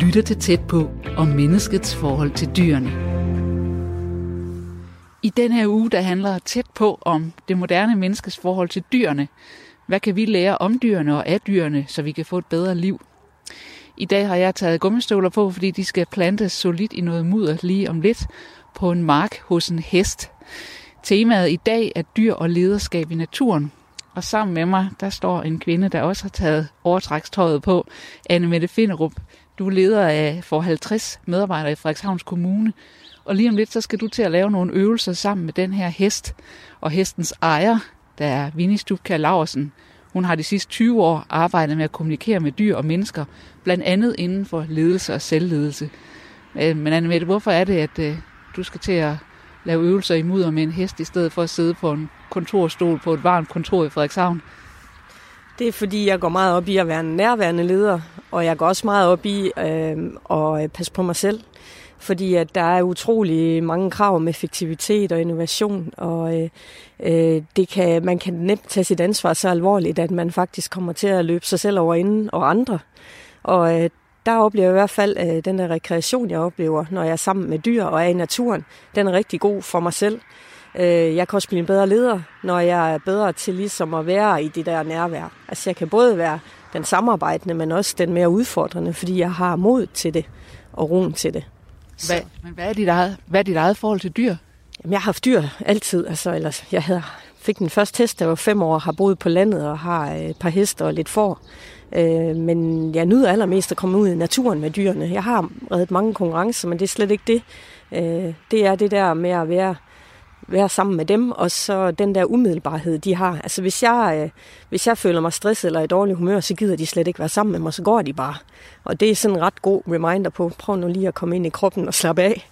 lytter til Tæt på om menneskets forhold til dyrene. I den her uge, der handler Tæt på om det moderne menneskes forhold til dyrene. Hvad kan vi lære om dyrene og af dyrene, så vi kan få et bedre liv? I dag har jeg taget gummistøvler på, fordi de skal plantes solidt i noget mudder lige om lidt på en mark hos en hest. Temaet i dag er dyr og lederskab i naturen. Og sammen med mig, der står en kvinde, der også har taget overtrækstøjet på, Anne-Mette Finderup. Du er leder af for 50 medarbejdere i Frederikshavns Kommune. Og lige om lidt, så skal du til at lave nogle øvelser sammen med den her hest. Og hestens ejer, der er Winnie Stubkjær Laursen. Hun har de sidste 20 år arbejdet med at kommunikere med dyr og mennesker, blandt andet inden for ledelse og selvledelse. Men Anne-Mette, hvorfor er det, at du skal til at lave øvelser i mudder med en hest, i stedet for at sidde på en kontorstol på et varmt kontor i Frederikshavn? Det er fordi, jeg går meget op i at være en nærværende leder, og jeg går også meget op i at passe på mig selv. Fordi at der er utrolig mange krav om effektivitet og innovation, og man kan nemt tage sit ansvar så alvorligt, at man faktisk kommer til at løbe sig selv over inden og andre. Og der oplever jeg i hvert fald den der rekreation, jeg oplever, når jeg er sammen med dyr og er i naturen. Den er rigtig god for mig selv. Jeg kan også blive en bedre leder, når jeg er bedre til ligesom at være i det der nærvær. Altså jeg kan både være den samarbejdende, men også den mere udfordrende, fordi jeg har mod til det og roen til det. Men hvad er dit eget forhold til dyr? Jamen, jeg har haft dyr altid. Altså, fik den første hest, da jeg var 5 år, har boet på landet og har et par heste og lidt får. Men jeg nyder allermest at komme ud i naturen med dyrene. Jeg har reddet mange konkurrencer, men det er slet ikke det. Det er det der med at være sammen med dem, og så den der umiddelbarhed, de har. Altså hvis jeg føler mig stresset eller i dårlig humør, så gider de slet ikke være sammen med mig, så går de bare. Og det er sådan en ret god reminder på, prøv nu lige at komme ind i kroppen og slappe af.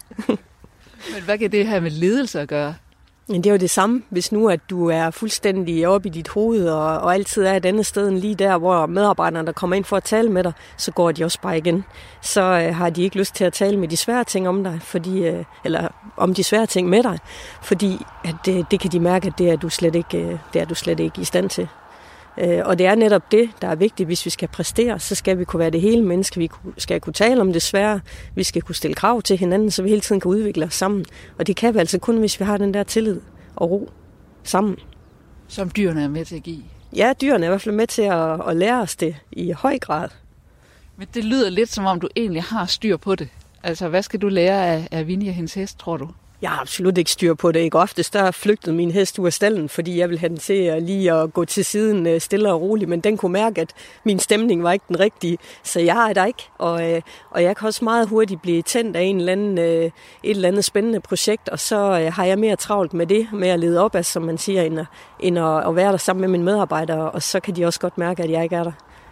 Men hvad kan det her med ledelse at gøre? Men det er jo det samme, hvis nu at du er fuldstændig oppe i dit hoved, og altid er et andet sted end lige der, hvor medarbejderne, der kommer ind for at tale med dig, så går de også bare igen. Så har de ikke lyst til at tale med de svære ting om dig, eller om de svære ting med dig, fordi at det kan de mærke, at det er du slet ikke i stand til. Og det er netop det, der er vigtigt, hvis vi skal præstere, så skal vi kunne være det hele menneske, vi skal kunne tale om det svære, vi skal kunne stille krav til hinanden, så vi hele tiden kan udvikle os sammen. Og det kan vi altså kun, hvis vi har den der tillid og ro sammen. Som dyrene er med til at give? Ja, dyrene er i hvert fald med til at lære os det i høj grad. Men det lyder lidt som om, du egentlig har styr på det. Altså, hvad skal du lære af Winnie og hendes hest, tror du? Jeg har absolut ikke styr på det. Ikke oftest der flygtede min hest ud af stallen, fordi jeg ville have den til lige at gå til siden stille og roligt, men den kunne mærke, at min stemning var ikke den rigtige, så jeg er der ikke. Og jeg kan også meget hurtigt blive tændt af et eller andet spændende projekt, og så har jeg mere travlt med det, med at lede op af, som man siger, end at være der sammen med mine medarbejdere, og så kan de også godt mærke, at jeg ikke er der.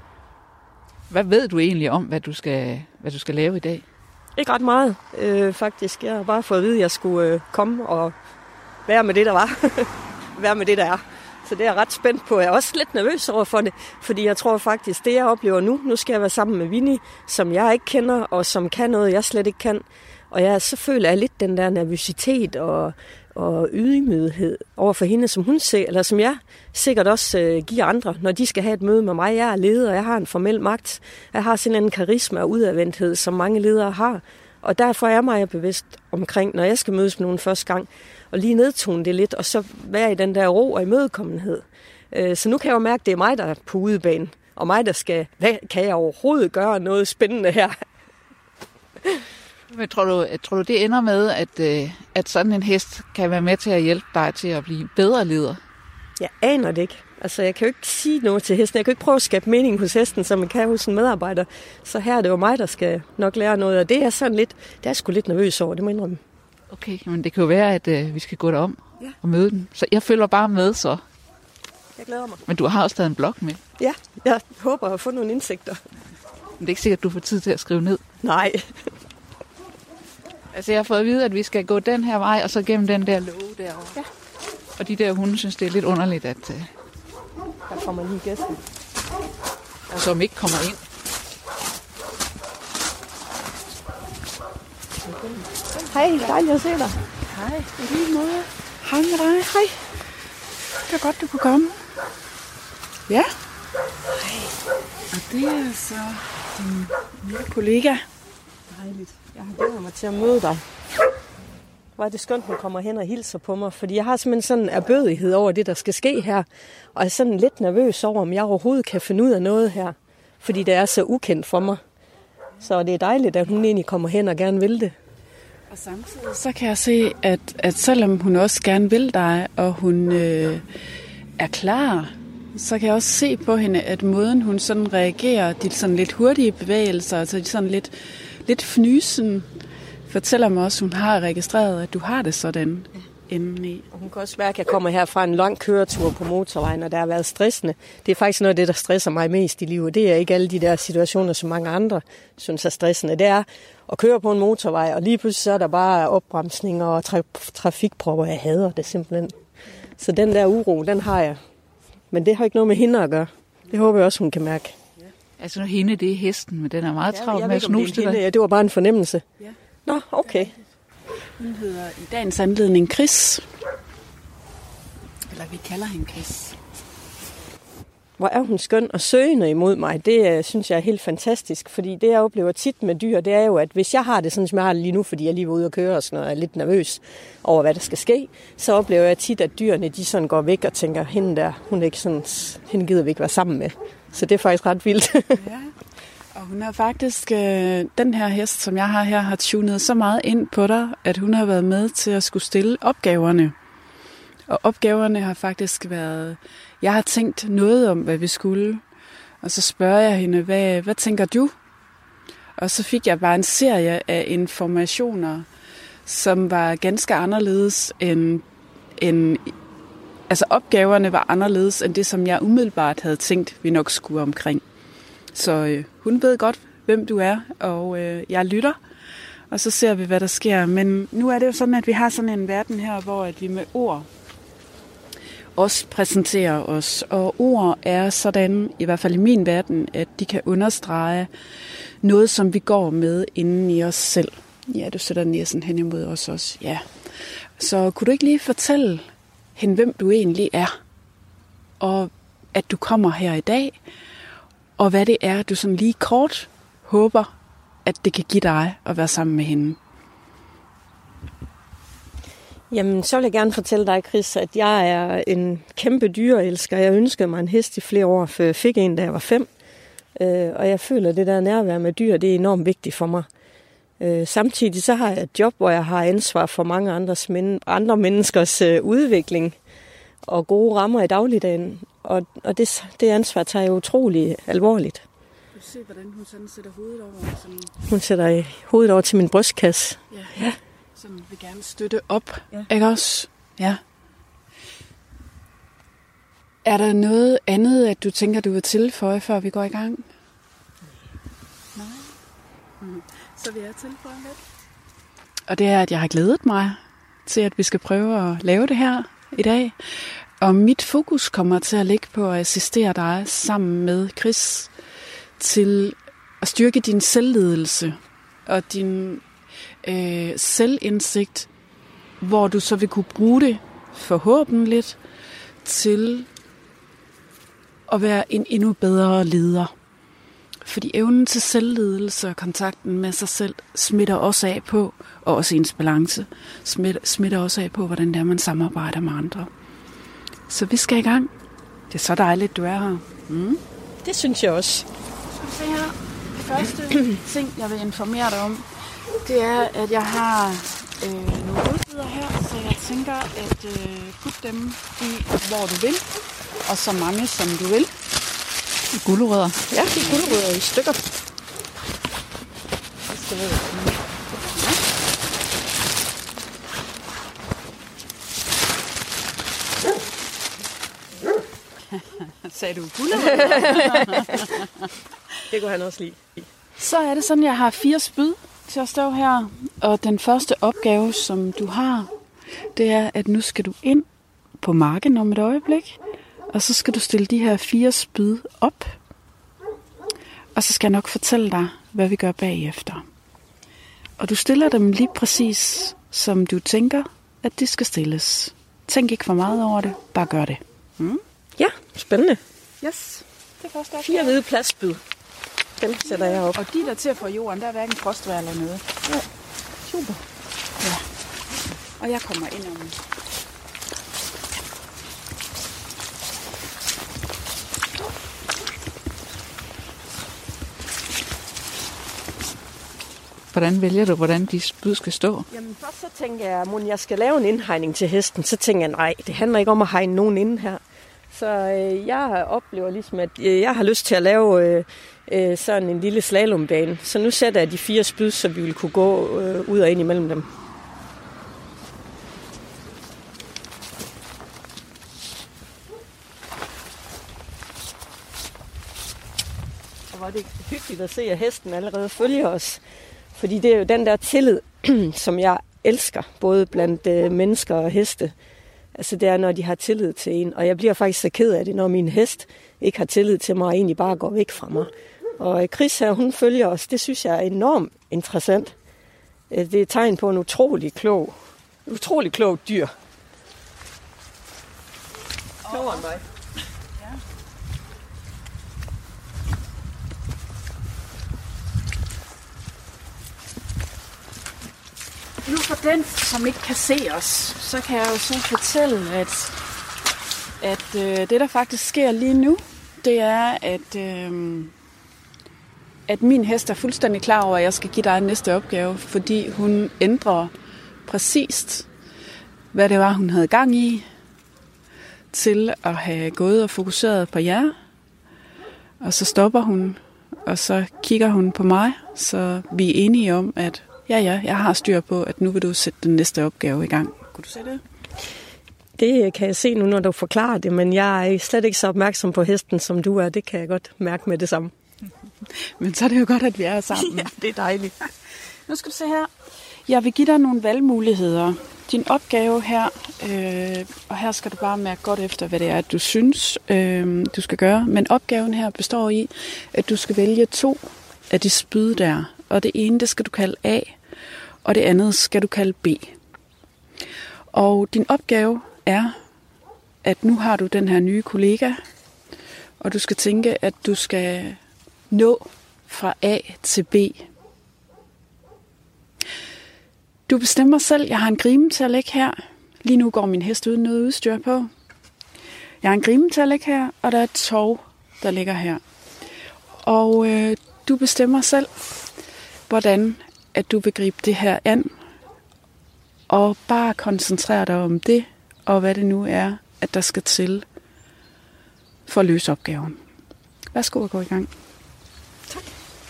Hvad ved du egentlig om, hvad du skal lave i dag? Ikke ret meget, faktisk. Jeg har bare fået at vide, at jeg skulle komme og være med det, der var. Være med det, der er. Så det er jeg ret spændt på. Jeg er også lidt nervøs over for det, fordi jeg tror faktisk, det jeg oplever nu skal jeg være sammen med Winnie, som jeg ikke kender, og som kan noget, jeg slet ikke kan. Og så føler jeg lidt den der nervøsitet og ydmyghed over for hende, som jeg sikkert også giver andre, når de skal have et møde med mig. Jeg er leder, og jeg har en formel magt. Jeg har sådan en karisma og udadvendthed, som mange ledere har. Og derfor er mig bevidst omkring, når jeg skal mødes med nogen første gang, og lige nedtone det lidt, og så være i den der ro og imødekommenhed. Så nu kan jeg jo mærke, at det er mig, der er på udebanen, og mig, der skal, kan jeg overhovedet gøre noget spændende her? Men tror du, det ender med, at sådan en hest kan være med til at hjælpe dig til at blive bedre leder? Jeg aner det ikke. Altså, jeg kan jo ikke sige noget til hesten. Jeg kan jo ikke prøve at skabe mening hos hesten, som man kan hos en medarbejder. Så her er det jo mig, der skal nok lære noget. Og det er sådan lidt, det er sgu lidt nervøs over, det må jeg indrømme. Okay, men det kan jo være, at vi skal gå derom og møde den. Så jeg følger bare med, så. Jeg glæder mig. Men du har også taget en blog med. Ja, jeg håber at få nogle indsigter. Men det er ikke sikkert, at du får tid til at skrive ned. Nej. Altså, jeg har fået at vide, at vi skal gå den her vej, og så gennem den der låge derovre. Ja. Og de der hunde synes, det er lidt underligt, at der kommer lige gæsten. Som ikke kommer ind. Hej, dejligt at se dig. Hej, i lige måde. Hej med dig. Hej. Det er godt, du kunne komme. Ja. Hej. Og det er så din nye kollega, dejligt. Jeg har glædet mig til at møde dig. Hvor er det skønt, hun kommer hen og hilser på mig, fordi jeg har simpelthen sådan en erbødighed over det, der skal ske her. Og jeg er sådan lidt nervøs over, om jeg overhovedet kan finde ud af noget her, fordi det er så ukendt for mig. Så det er dejligt, at hun egentlig kommer hen og gerne vil det. Og samtidig så kan jeg se, at selvom hun også gerne vil dig, og hun er klar, så kan jeg også se på hende, at måden hun sådan reagerer, de sådan lidt hurtige bevægelser, altså de sådan lidt fnysen, fortæller mig også, at hun har registreret, at du har det sådan indeni. Og hun kan også mærke, at jeg kommer her fra en lang køretur på motorvejen, og der har været stressende. Det er faktisk noget af det, der stresser mig mest i livet. Det er ikke alle de der situationer, som mange andre synes er stressende. Det er at køre på en motorvej, og lige pludselig så er der bare opbremsninger og trafikpropper. Jeg hader det simpelthen. Så den der uro, den har jeg. Men det har ikke noget med hende at gøre. Det håber jeg også, hun kan mærke. Altså nu hende, det er hesten, men den er meget travlt med at snuse til dig. Ja, det var bare en fornemmelse. Ja. Nå, okay. Hun hedder i dagens anledning Chris. Eller vi kalder hende Chris. Hvor er hun skøn og søgende imod mig. Det synes jeg er helt fantastisk, fordi det jeg oplever tit med dyr, det er jo, at hvis jeg har det sådan, som jeg har det lige nu, fordi jeg lige var ude og køre og sådan noget, og er lidt nervøs over, hvad der skal ske, så oplever jeg tit, at dyrene de sådan går væk og tænker, hende der, hende gider vi ikke være sammen med. Så det er faktisk ret vildt. Ja. Og hun har faktisk, den her hest, som jeg har her, har tunet så meget ind på dig, at hun har været med til at skulle stille opgaverne. Og opgaverne har faktisk været, jeg har tænkt noget om, hvad vi skulle. Og så spørger jeg hende, hvad tænker du? Og så fik jeg bare en serie af informationer, som var ganske anderledes end altså opgaverne var anderledes end det, som jeg umiddelbart havde tænkt, vi nok skulle omkring. Så hun ved godt, hvem du er, og jeg lytter, og så ser vi, hvad der sker. Men nu er det jo sådan, at vi har sådan en verden her, hvor at vi med ord også præsenterer os. Og ord er sådan, i hvert fald i min verden, at de kan understrege noget, som vi går med inden i os selv. Ja, du sætter næsen hen imod os også, ja. Så kunne du ikke lige fortælle hende, hvem du egentlig er, og at du kommer her i dag, og hvad det er, du sådan lige kort håber, at det kan give dig at være sammen med hende? Jamen, så vil jeg gerne fortælle dig, Chris, at jeg er en kæmpe dyreelsker. Jeg ønskede mig en hest i flere år, før jeg fik en, da jeg var 5. Og jeg føler, at det der nærvær med dyr, det er enormt vigtigt for mig. Samtidig så har jeg et job, hvor jeg har ansvar for mange andre menneskers udvikling og gode rammer i dagligdagen. Og det ansvar tager jeg utrolig alvorligt. Du ser, hvordan hun sådan sætter hovedet over. Sådan... Hun sætter hovedet over til min brystkasse. Ja. Sådan vil gerne støtte op. Ja. Ikke også? Ja. Er der noget andet, at du tænker, du vil tilføje, før vi går i gang? Nej. Så vil jeg tilføje lidt. Og det er, at jeg har glædet mig til, at vi skal prøve at lave det her i dag. Og mit fokus kommer til at ligge på at assistere dig sammen med Chris til at styrke din selvledelse og din selvindsigt, hvor du så vil kunne bruge det forhåbentlig til at være en endnu bedre leder. Fordi evnen til selvledelse og kontakten med sig selv smitter også af på, og også ens balance, smitter også af på, hvordan det er, man samarbejder med andre. Så vi skal i gang. Det er så dejligt, du er her. Mm. Det synes jeg også. Skal du se her. Det første ting, jeg vil informere dig om, det er, at jeg har nogle godbidder her, så jeg tænker at putte dem i, hvor du vil, og så mange, som du vil. Gulerødder. Ja, de gulerødder i stykker. Det skal være. Sagde du gulerødder? Det kunne han også lide. Så er det sådan, at jeg har 4 spyd til at stå her. Og den første opgave, som du har, det er, at nu skal du ind på marken om et øjeblik. Og så skal du stille de her 4 spyd op. Og så skal jeg nok fortælle dig, hvad vi gør bagefter. Og du stiller dem lige præcis, som du tænker, at de skal stilles. Tænk ikke for meget over det, bare gør det. Mm? Ja, spændende. Yes. Det første opgave. 4 hvide plastspyd. Den sætter jeg op. Og de der til at få jorden, der er hverken frostvejr eller noget. Ja, super. Ja. Og jeg kommer ind om. Hvordan vælger du, hvordan de spyd skal stå? Jamen først så tænker jeg, at jeg skal lave en indhegning til hesten. Så tænker jeg, nej, det handler ikke om at hegne nogen inde her. Så jeg oplever ligesom, at jeg har lyst til at lave sådan en lille slalombane. Så nu sætter jeg de 4 spyd, så vi vil kunne gå ud og ind imellem dem. Og hvor er det hyggeligt at se, at hesten allerede følger os. Fordi det er jo den der tillid, som jeg elsker, både blandt mennesker og heste. Altså det er, når de har tillid til en. Og jeg bliver faktisk så ked af det, når min hest ikke har tillid til mig, og egentlig bare går væk fra mig. Og Chris her, hun følger os. Det synes jeg er enormt interessant. Det er et tegn på en utrolig klog dyr. Klogere end mig. Nu for den, som ikke kan se os, så kan jeg jo så fortælle, at det, der faktisk sker lige nu, det er, at min hest er fuldstændig klar over, at jeg skal give dig en næste opgave, fordi hun ændrer præcist, hvad det var, hun havde gang i, til at have gået og fokuseret på jer. Og så stopper hun, og så kigger hun på mig, så vi er enige om, at ja, jeg har styr på, at nu vil du sætte den næste opgave i gang. Kunne du se det? Det kan jeg se nu, når du forklarer det, men jeg er slet ikke så opmærksom på hesten, som du er. Det kan jeg godt mærke med det samme. Men så er det jo godt, at vi er sammen. Ja, det er dejligt. Nu skal du se her. Jeg vil give dig nogle valgmuligheder. Din opgave her, og her skal du bare mærke godt efter, hvad det er, du synes, du skal gøre. Men opgaven her består i, at du skal vælge 2 af de spyd der. Og det ene, det skal du kalde A, og det andet skal du kalde B. Og din opgave er, at nu har du den her nye kollega, og du skal tænke, at du skal nå fra A til B. Du bestemmer selv. Jeg har en grime til at lægge her. Lige nu går min hest uden noget udstyr på. Jeg har en grime til at lægge her, og der er et tov, der ligger her. Og du bestemmer selv, hvordan at du vil gribe det her an, og bare koncentrere dig om det, og hvad det nu er, at der skal til for at løse opgaven. Værsgo at gå i gang. Tak.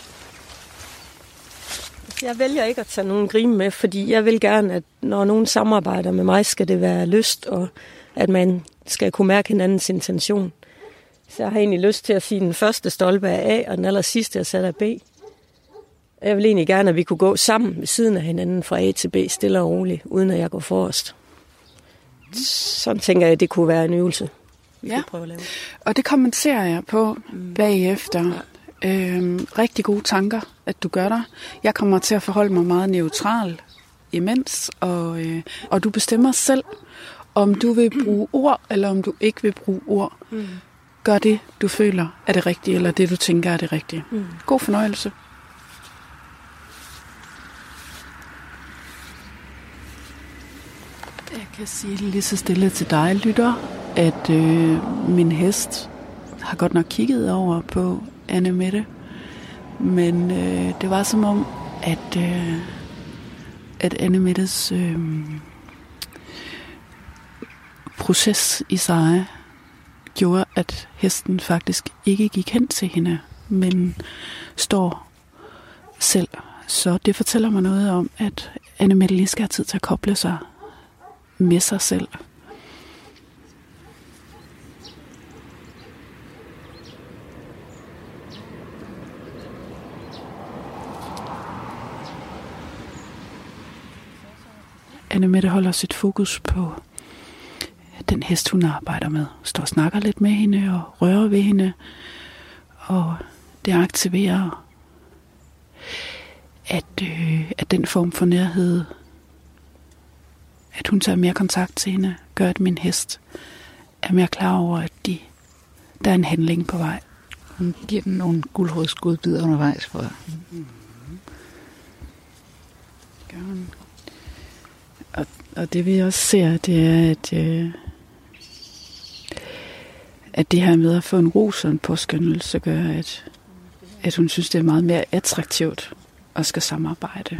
Jeg vælger ikke at tage nogen grime med, fordi jeg vil gerne, at når nogen samarbejder med mig, skal det være lyst, og at man skal kunne mærke hinandens intention. Så jeg har egentlig lyst til at sige, at den første stolpe er A, og den aller sidste er sat af B. Jeg vil egentlig gerne, at vi kunne gå sammen ved siden af hinanden fra A til B, stille og roligt, uden at jeg går forrest. Sådan tænker jeg, at det kunne være en øvelse, vi kunne prøve at lave. Og det kommenterer jeg på bagefter. Ja. Rigtig gode tanker, at du gør dig. Jeg kommer til at forholde mig meget neutral imens, og du bestemmer selv, om du vil bruge ord, eller om du ikke vil bruge ord. Gør det, du føler er det rigtige, eller det, du tænker er det rigtige. God fornøjelse. Jeg kan sige lige så stille til dig, lytter, at min hest har godt nok kigget over på Anne-Mette, men det var som om, at Anne-Mettes proces i sig gjorde, at hesten faktisk ikke gik hen til hende, men står selv. Så det fortæller mig noget om, at Anne-Mette lige skal have tid til at koble sig med sig selv. Anne-Mette holder sit fokus på den hest, hun arbejder med. Står og snakker lidt med hende og rører ved hende. Og det aktiverer, at den form for nærhed, at hun tager mere kontakt til hende, gør, at min hest er mere klar over, at der er en handling på vej. Hun giver den nogle guldrådsgodbidder undervejs for. Gør hun. Og det vi også ser, det er, at det her med at få en ros og en påskønnelse gør, at hun synes, det er meget mere attraktivt at skal samarbejde.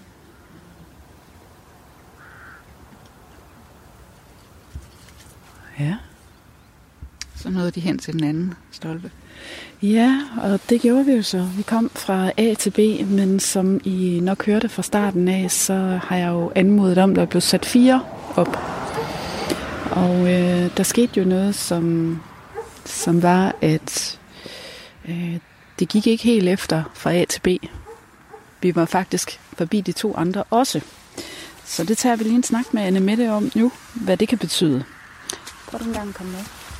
Ja. Så nåede de hen til den anden stolpe. Ja, og det gjorde vi jo så. Vi kom fra A til B, men som I nok hørte fra starten af, så har jeg jo anmodet om, at der blev sat 4 op. Og der skete jo noget, som var, at det gik ikke helt efter fra A til B. Vi var faktisk forbi de 2 andre også. Så det tager vi lige en snak med Anne Mette om nu, hvad det kan betyde. Prøv du en gang at komme med.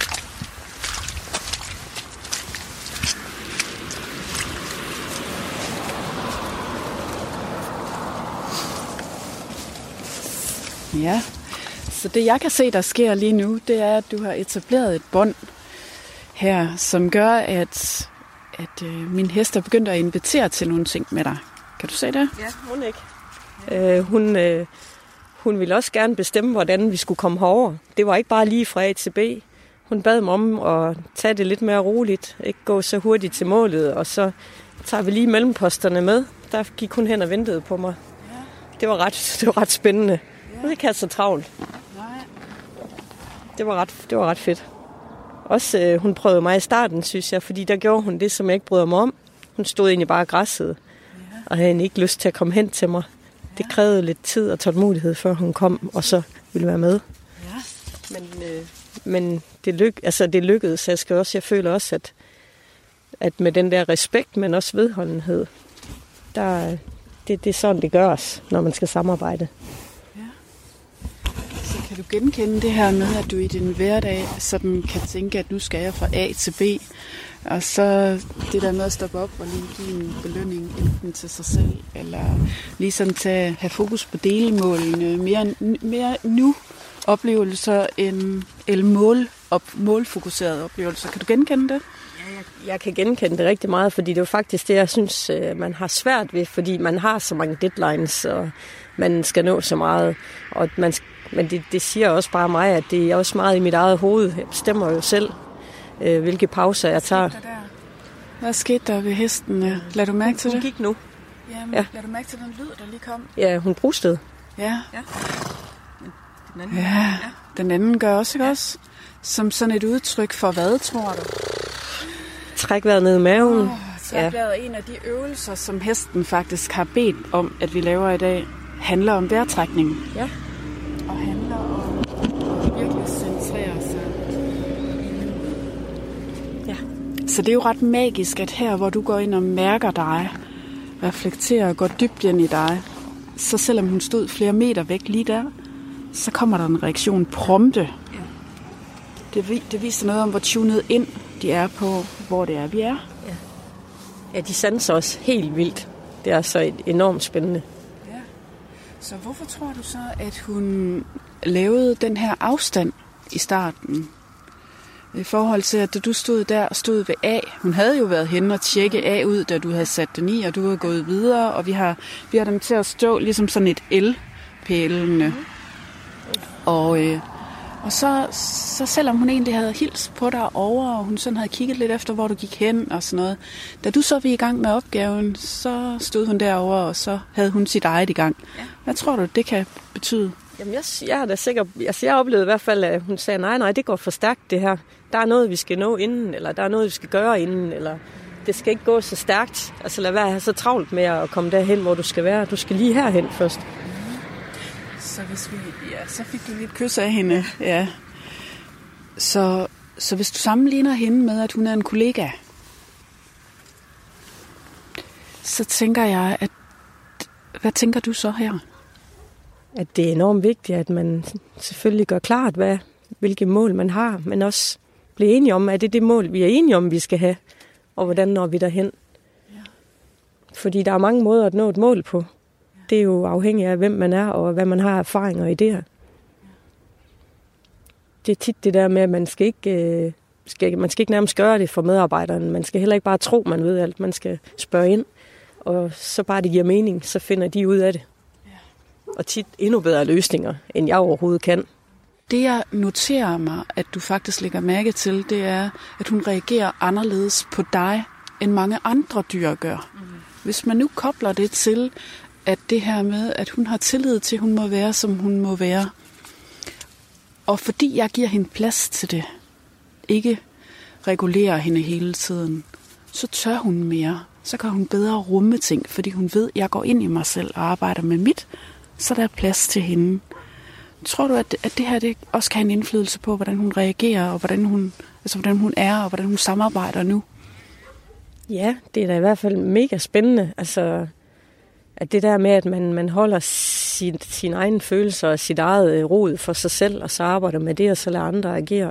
Ja, så det jeg kan se, der sker lige nu, det er, at du har etableret et bånd her, som gør, at min hest er begyndt at invitere til nogle ting med dig. Kan du se det? Ja, hun ikke. Hun ville også gerne bestemme, hvordan vi skulle komme herover. Det var ikke bare lige fra A til B. Hun bad mig om at tage det lidt mere roligt, ikke gå så hurtigt til målet, og så tager vi lige melemposterne med. Der gik hun hen og ventede på mig. Ja. Det var ret spændende. Ja. Det kan så travlt. Nej. Det var ret fedt. Også hun prøvede mig i starten, synes jeg, fordi der gjorde hun det, som jeg ikke bryder mig om. Hun stod egentlig bare og græssede, og havde ikke lyst til at komme hen til mig. Det krævede lidt tid og tålmodighed, før hun kom, og så ville være med. Ja. Men det lykkedes. Jeg føler også, at med den der respekt, men også vedholdenhed, det er sådan, det gøres, når man skal samarbejde. Ja. Så kan du genkende det her med, at du i din hverdag sådan kan tænke, at nu skal jeg fra A til B, og så det der med at stoppe op og lige give en belønning enten til sig selv, eller lige sådan have fokus på delmålene, mere nu oplevelser end målfokuserede oplevelser. Kan du genkende det? Ja, jeg kan genkende det rigtig meget, fordi det er jo faktisk det, jeg synes, man har svært ved, fordi man har så mange deadlines, og man skal nå så meget. Men det siger også bare mig, at det er også meget i mit eget hoved. Jeg bestemmer jo selv, hvilke pauser jeg tager. Hvad skete der ved hesten? Lad du mærke til det? Hun gik nu. Jamen, ja. Lad du mærke til den lyd, der lige kom? Ja, hun brustede. Ja. Den anden gør også, ikke også? Som sådan et udtryk for hvad, tror du? Træk vejret ned i maven. Træk vejret en af de øvelser, som hesten faktisk har bedt om, at vi laver i dag, handler om vejrtrækning. Ja. Og handler om at virkelig centrere sig. Ja. Så det er jo ret magisk, at her, hvor du går ind og mærker dig, reflekterer og går dybt ind i dig, så selvom hun stod flere meter væk lige der, så kommer der en reaktion prompte. Ja. Det viser noget om, hvor tunet ind de er på, hvor det er, vi er. Ja, de sanser os helt vildt. Det er så enormt spændende. Ja. Så hvorfor tror du så, at hun lavede den her afstand i starten? I forhold til, at da du stod ved A, hun havde jo været henne og tjekke A ud, da du havde sat den i, og du var gået videre, og vi har dem til at stå ligesom sådan et L-pælene. Og så selvom hun egentlig havde hils på dig over, og hun sådan havde kigget lidt efter, hvor du gik hen og sådan noget, da du så var i gang med opgaven, så stod hun derover og så havde hun sit eget i gang. Ja. Hvad tror du, det kan betyde? Jamen, jeg er da sikker. Altså, jeg oplevede i hvert fald, at hun sagde, nej, det går for stærkt det her. Der er noget, vi skal nå inden, eller der er noget, vi skal gøre inden, eller det skal ikke gå så stærkt. Altså, lad være at have så travlt med at komme derhen, hvor du skal være. Du skal lige herhen først. Så fik du lige et kys af hende. Ja. Så hvis du sammenligner hende med, at hun er en kollega, så tænker jeg, hvad tænker du så her? At det er enormt vigtigt, at man selvfølgelig gør klart, hvilke mål man har, men også blive enige om, at det er det mål, vi er enige om, vi skal have, og hvordan når vi derhen. Ja. Fordi der er mange måder at nå et mål på. Det er jo afhængigt af, hvem man er, og hvad man har erfaringer i det her. Det er tit det der med, at man skal ikke man skal ikke nærmest gøre det for medarbejderen. Man skal heller ikke bare tro, man ved alt. Man skal spørge ind, og så bare det giver mening, så finder de ud af det. Og tit endnu bedre løsninger, end jeg overhovedet kan. Det, jeg noterer mig, at du faktisk lægger mærke til, det er, at hun reagerer anderledes på dig, end mange andre dyr gør. Hvis man nu kobler det til, at det her med, at hun har tillid til, at hun må være, som hun må være, og fordi jeg giver hende plads til det, ikke regulerer hende hele tiden, så tør hun mere. Så kan hun bedre rumme ting, fordi hun ved, at jeg går ind i mig selv og arbejder med mit, så der er plads til hende. Tror du, at det her det også kan have en indflydelse på, hvordan hun reagerer, og hvordan hun er, og hvordan hun samarbejder nu? Ja, det er da i hvert fald mega spændende. Altså, at det der med, at man holder sin egen følelser og sit eget rod for sig selv, og så arbejder med det, og så lader andre agere.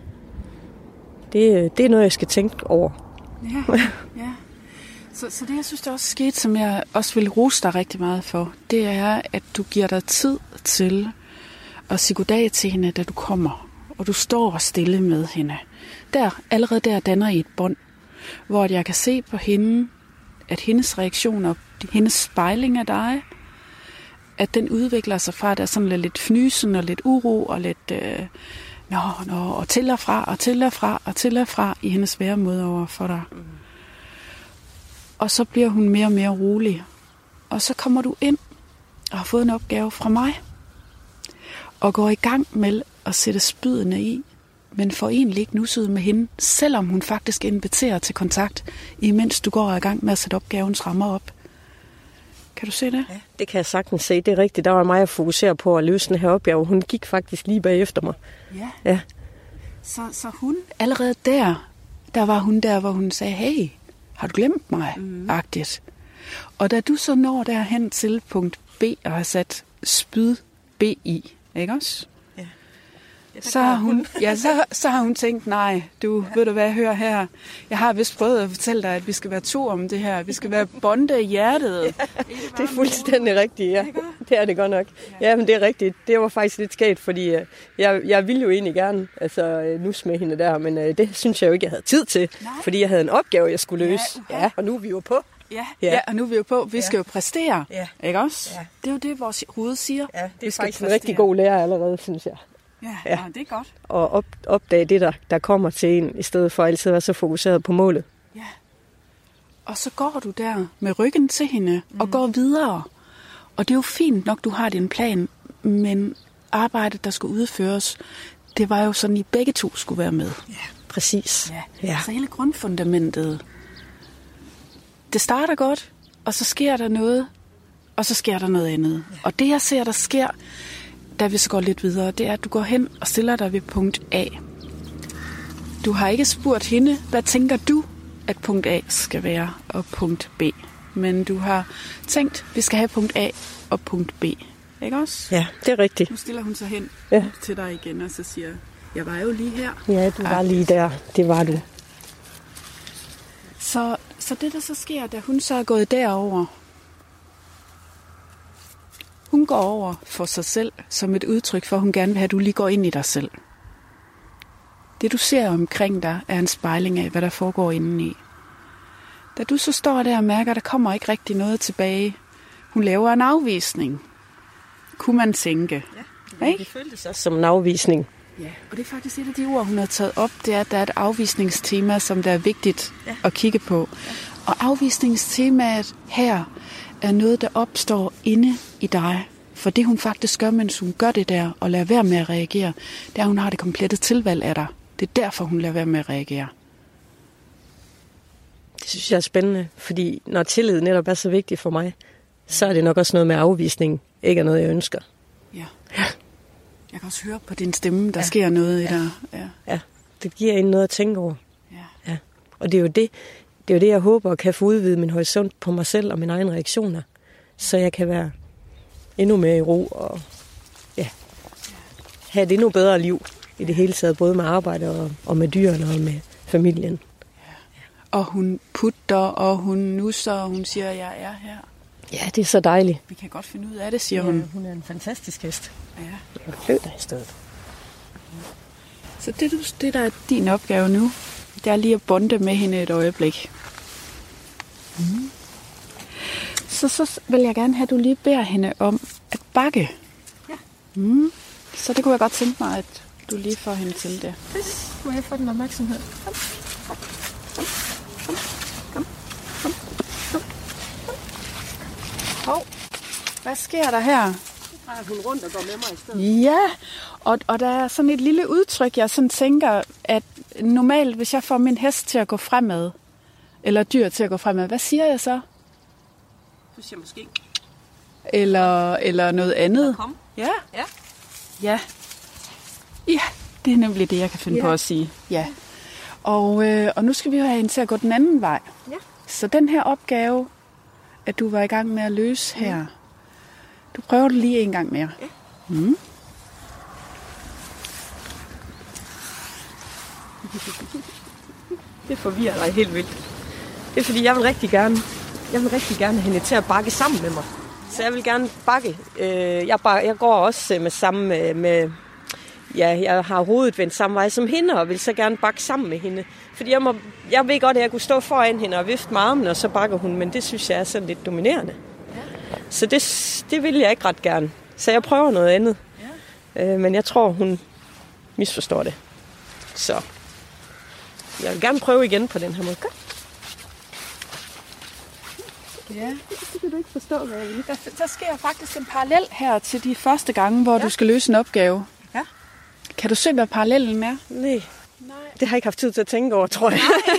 Det er noget, jeg skal tænke over. Ja. Så det, jeg synes, der også skete, som jeg også vil rose dig rigtig meget for, det er, at du giver dig tid til at sige goddag til hende, da du kommer, og du står stille med hende. Allerede der danner I et bånd, hvor jeg kan se på hende, at hendes reaktioner, hendes spejling af dig, at den udvikler sig fra, at der er sådan lidt fnysen og lidt uro og lidt og til og fra i hendes væremåde over for dig. Og så bliver hun mere og mere rolig. Og så kommer du ind og har fået en opgave fra mig, og går i gang med at sætte spydene i, men får egentlig ikke nusset med hende, selvom hun faktisk inviterer til kontakt, imens du går i gang med at sætte opgavens rammer op. Kan du se det? Ja, det kan jeg sagtens se. Det er rigtigt. Der var mig at fokusere på at løse den her opgave. Hun gik faktisk lige bagefter mig. Ja. Så hun, allerede der var hun der, hvor hun sagde, hey, har du glemt mig? Agtigt. Og da du så når derhen til punkt B og har sat spyd B i, ikke også? Ja. Så har hun tænkt, nej, ved du hvad, hør her. Jeg har vist prøvet at fortælle dig, at vi skal være to om det her. Vi skal være bonde i hjertet. Ja, det er fuldstændig rigtigt, ja. Det er det godt nok. Ja, men det er rigtigt. Det var faktisk lidt skægt, fordi jeg ville jo egentlig gerne nus med hende der, men det synes jeg jo ikke, jeg havde tid til, fordi jeg havde en opgave, jeg skulle løse. Ja, og nu er vi jo på. Ja, og nu er vi jo på. Vi skal jo præstere, ikke også? Ja. Det er jo det, vores hoved siger. Ja, det er faktisk en rigtig god lærer allerede, synes jeg. Ja, det er godt. Og opdage det, der kommer til en, i stedet for altid at være så fokuseret på målet. Ja. Og så går du der med ryggen til hende og går videre. Og det er jo fint nok, du har din plan, men arbejdet, der skulle udføres, det var jo sådan, I begge to skulle være med. Ja, præcis. Ja. Så hele grundfundamentet. Det starter godt, og så sker der noget, og så sker der noget andet. Ja. Og det, jeg ser, der sker, da vi så går lidt videre, det er, at du går hen og stiller dig ved punkt A. Du har ikke spurgt hende, hvad tænker du, at punkt A skal være, og punkt B. Men du har tænkt, vi skal have punkt A og punkt B. Ikke også? Ja, det er rigtigt. Nu stiller hun sig hen til dig igen, og så siger, jeg var jo lige her. Ja, du var lige der. Det var du. Så det, der så sker, da hun så er gået derover, hun går over for sig selv som et udtryk for, at hun gerne vil have, at du lige går ind i dig selv. Det, du ser omkring dig, er en spejling af, hvad der foregår indeni. Da du så står der og mærker, at der kommer ikke rigtig noget tilbage, hun laver en afvisning. Kunne man tænke. Ja, det føltes også som en afvisning. Ja, og det er faktisk et af de ord, hun har taget op, det er, at der er et afvisningstema, som der er vigtigt at kigge på. Ja. Og afvisningstemaet her er noget, der opstår inde i dig. For det, hun faktisk gør, mens hun gør det der, og lader være med at reagere, det er, at hun har det komplette tilvalg af dig. Det er derfor, hun lader være med at reagere. Det synes jeg er spændende, fordi når tillid netop er så vigtigt for mig, så er det nok også noget med afvisning, ikke er noget, jeg ønsker. Ja. Jeg kan også høre på din stemme, der sker noget i dig. Ja, det giver en noget at tænke over. Ja. Og det er jo det, jeg håber kan få udvidet min horisont på mig selv og mine egne reaktioner, så jeg kan være endnu mere i ro og have et endnu bedre liv i det hele taget, både med arbejde og med dyrene og med familien. Ja. Og hun putter, og hun nusser, og hun siger, jeg er her. Ja, det er så dejligt. Vi kan godt finde ud af det, siger hun. Hun er en fantastisk hest. Ja. Jeg er født af i stedet. Så det, der er din opgave nu, det er lige at bonde med hende et øjeblik. Mm. Så vil jeg gerne have, at du lige beder hende om at bakke. Ja. Mm. Så det kunne jeg godt tænke mig, at du lige får hende til det. Må jeg få den opmærksomhed? Kom. Hov, hvad sker der her? Så drejer hun rundt og går med mig i stedet. Ja, og der er sådan et lille udtryk, jeg sådan tænker, at normalt, hvis jeg får min hest til at gå fremad, eller dyr til at gå fremad, hvad siger jeg så? Du siger måske. Eller noget andet. Kom. Ja. Ja. Ja. Ja, det er nemlig det, jeg kan finde på at sige. Ja. Og nu skal vi jo have hende til at gå den anden vej. Ja. Så den her opgave, at du var i gang med at løse her, du prøver det lige en gang mere. Ja. Mm. Det forvirrer dig helt vildt. Det er fordi, jeg vil rigtig gerne have hende til at bakke sammen med mig. Så jeg vil gerne bakke. Jeg går også med samme med jeg har hovedet vendt samme vej som hende, og vil så gerne bakke sammen med hende. Fordi jeg ved godt, at jeg kunne stå foran hende og vifte med armen, og så bakker hun, men det synes jeg er sådan lidt dominerende. Ja. Så det vil jeg ikke ret gerne. Så jeg prøver noget andet. Ja. Men jeg tror, hun misforstår det. Så jeg vil gerne prøve igen på den her måde. Godt. Ja, det kan du ikke forstå, hvad jeg vil. Der sker faktisk en parallel her til de første gange, hvor du skal løse en opgave. Ja. Kan du se, hvad parallellen er? Nej. Det har jeg ikke haft tid til at tænke over, tror jeg.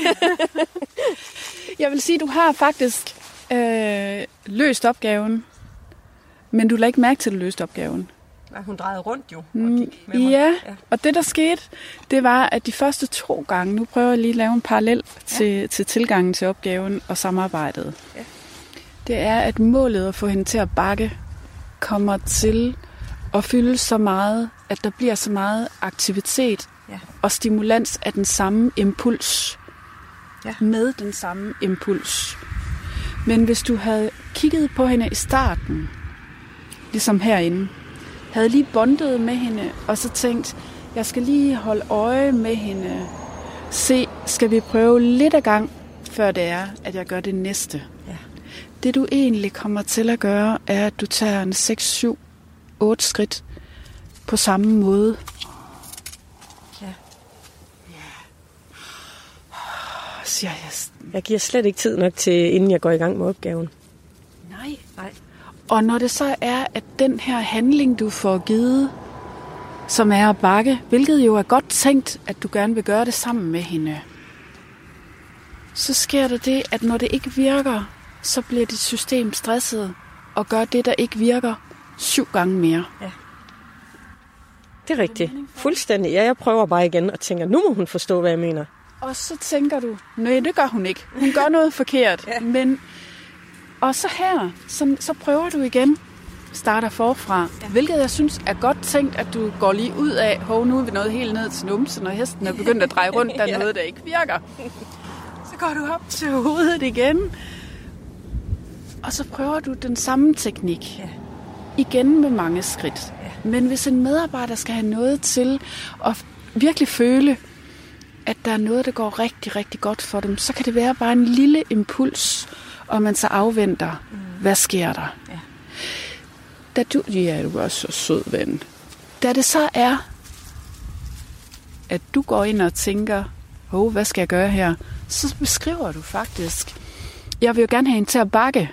Jeg vil sige, at du har faktisk løst opgaven, men du lader ikke mærke til, at du løste opgaven. Ja, hun drejede rundt jo og gik med mig. Ja, og det der skete, det var, at de første 2 gange, nu prøver jeg lige at lave en parallel til tilgangen til opgaven og samarbejdet. Ja. Det er, at målet at få hende til at bakke kommer til at fylde så meget, at der bliver så meget aktivitet og stimulans af den samme impuls. Ja. Med den samme impuls. Men hvis du havde kigget på hende i starten, ligesom herinde, havde lige bondet med hende, og så tænkt, jeg skal lige holde øje med hende. Se, skal vi prøve lidt af gang, før det er, at jeg gør det næste. Ja. Det du egentlig kommer til at gøre, er, at du tager en 6, 7, 8 skridt på samme måde. Ja. Siger jeg. Jeg giver slet ikke tid nok til, inden jeg går i gang med opgaven. Nej. Og når det så er, at den her handling, du får givet, som er at bakke, hvilket jo er godt tænkt, at du gerne vil gøre det sammen med hende, så sker der det, at når det ikke virker, så bliver dit system stresset og gør det, der ikke virker, 7 gange mere. Ja. Det er rigtigt. Fuldstændig. Ja, jeg prøver bare igen og tænker, nu må hun forstå, hvad jeg mener. Og så tænker du, nej, det gør hun ikke. Hun gør noget forkert. Ja. Og så her, så prøver du igen, starter forfra. Ja. Hvilket jeg synes er godt tænkt, at du går lige ud af, nu er vi nået helt ned til numsen, og hesten er begyndt at dreje rundt, der er noget, der ikke virker. Så går du op til hovedet igen, og så prøver du den samme teknik. Ja. Igen med mange skridt. Ja. Men hvis en medarbejder skal have noget til at virkelig føle, at der er noget, der går rigtig, rigtig godt for dem, så kan det være bare en lille impuls, og man så afventer, hvad sker der? Ja. Du er også så sød, ven. Da det så er, at du går ind og tænker, hvad skal jeg gøre her? Så beskriver du faktisk, jeg vil jo gerne have hende til at bakke.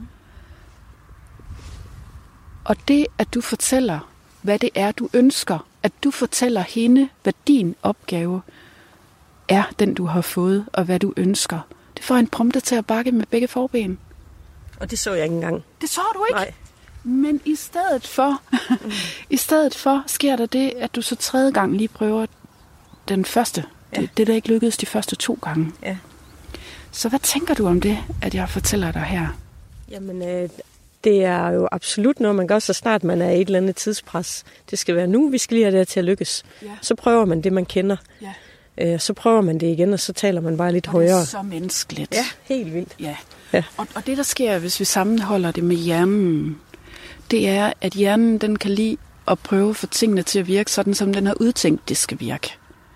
Og det, at du fortæller, hvad det er, du ønsker, at du fortæller hende, hvad din opgave er, den du har fået, og hvad du ønsker. Det får en prompte til at bakke med begge forben. Og det så jeg ikke engang. Det så du ikke? Nej. Men i stedet for sker der det, at du så 3. gang lige prøver den første. Ja. Det der ikke lykkedes de første 2 gange. Ja. Så hvad tænker du om det, at jeg fortæller dig her? Jamen, det er jo absolut noget, man gør, så snart man er i et eller andet tidspres. Det skal være nu, vi skal lige have det til at lykkes. Ja. Så prøver man det, man kender. Ja. Så prøver man det igen, og så taler man bare lidt højere. Det er så menneskeligt. Ja, helt vildt. Ja. Ja. Og det, der sker, hvis vi sammenholder det med hjernen, det er, at hjernen den kan lide at prøve at få tingene til at virke sådan, som den har udtænkt, det skal virke.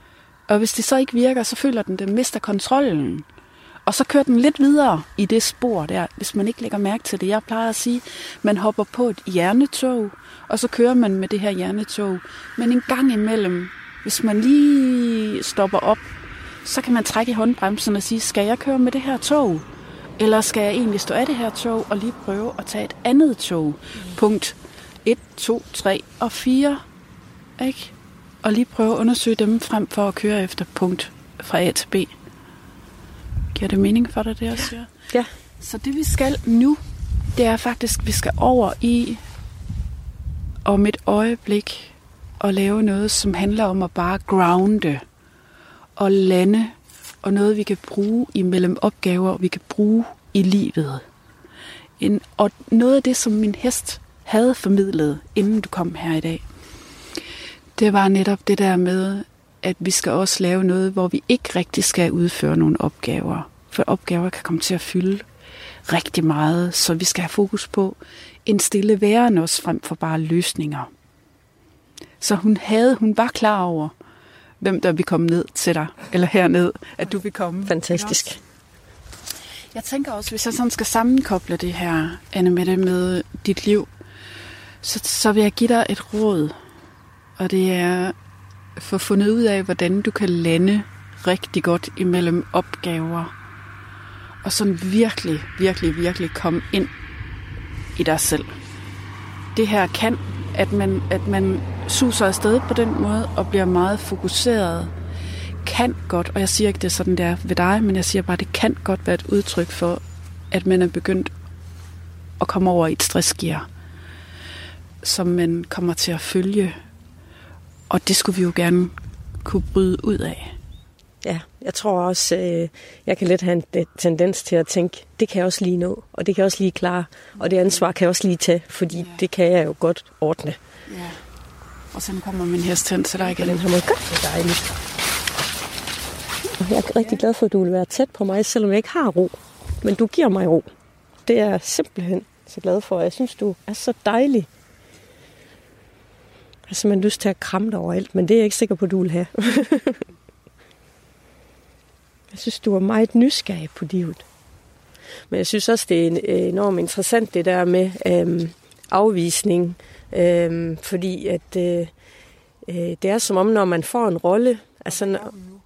Og hvis det så ikke virker, så føler den mister kontrollen. Og så kører den lidt videre i det spor der, hvis man ikke lægger mærke til det. Jeg plejer at sige, man hopper på et hjernetog, og så kører man med det her hjernetog. Men en gang imellem, hvis man lige stopper op, så kan man trække i håndbremsen og sige, skal jeg køre med det her tog? Eller skal jeg egentlig stå af det her tog og lige prøve at tage et andet tog? Punkt 1, 2, 3 og 4. Ikke? Og lige prøve at undersøge dem frem for at køre efter punkt fra A til B. Giver det mening for dig, det jeg siger? Ja. Så det vi skal nu, det er faktisk, vi skal over i om et øjeblik og lave noget, som handler om at bare grounde og lande, og noget vi kan bruge imellem opgaver, vi kan bruge i livet. Og noget af det, som min hest havde formidlet, inden du kom her i dag, det var netop det der med, at vi skal også lave noget, hvor vi ikke rigtig skal udføre nogle opgaver. For opgaver kan komme til at fylde rigtig meget, så vi skal have fokus på en stille væren også frem for bare løsninger. Så hun var klar over, hvem der vil komme ned til dig, eller herned, at du vil komme. Fantastisk. Jeg tænker også, hvis jeg sådan skal sammenkoble det her, Annemette, med dit liv, så vil jeg give dig et råd. Og det er for fundet ud af, hvordan du kan lande rigtig godt imellem opgaver. Og sådan virkelig, virkelig, virkelig komme ind i dig selv. Det her kan, at man suser afsted på den måde og bliver meget fokuseret, kan godt, og jeg siger ikke det sådan der ved dig, men jeg siger bare, det kan godt være et udtryk for, at man er begyndt at komme over i et stressgear, som man kommer til at følge. Og det skulle vi jo gerne kunne bryde ud af. Ja, jeg tror også, jeg kan let have en tendens til at tænke, det kan jeg også lige nå, og det kan jeg også lige klare, og det ansvar kan jeg også lige tage, fordi det kan jeg jo godt ordne. Ja. Og så kommer min hest hen til dig igen. Den har man godt, det er dejligt. Jeg er rigtig glad for, at du vil være tæt på mig, selvom jeg ikke har ro. Men du giver mig ro. Det er jeg simpelthen så glad for. Jeg synes, du er så dejlig. Jeg har simpelthen lyst til at kramme dig overalt, men det er jeg ikke sikker på, du vil have. Jeg synes, du er meget nysgerrig på livet. Men jeg synes også, det er enormt interessant, det der med afvisning. Fordi at det er som om, når man får en rolle. Altså,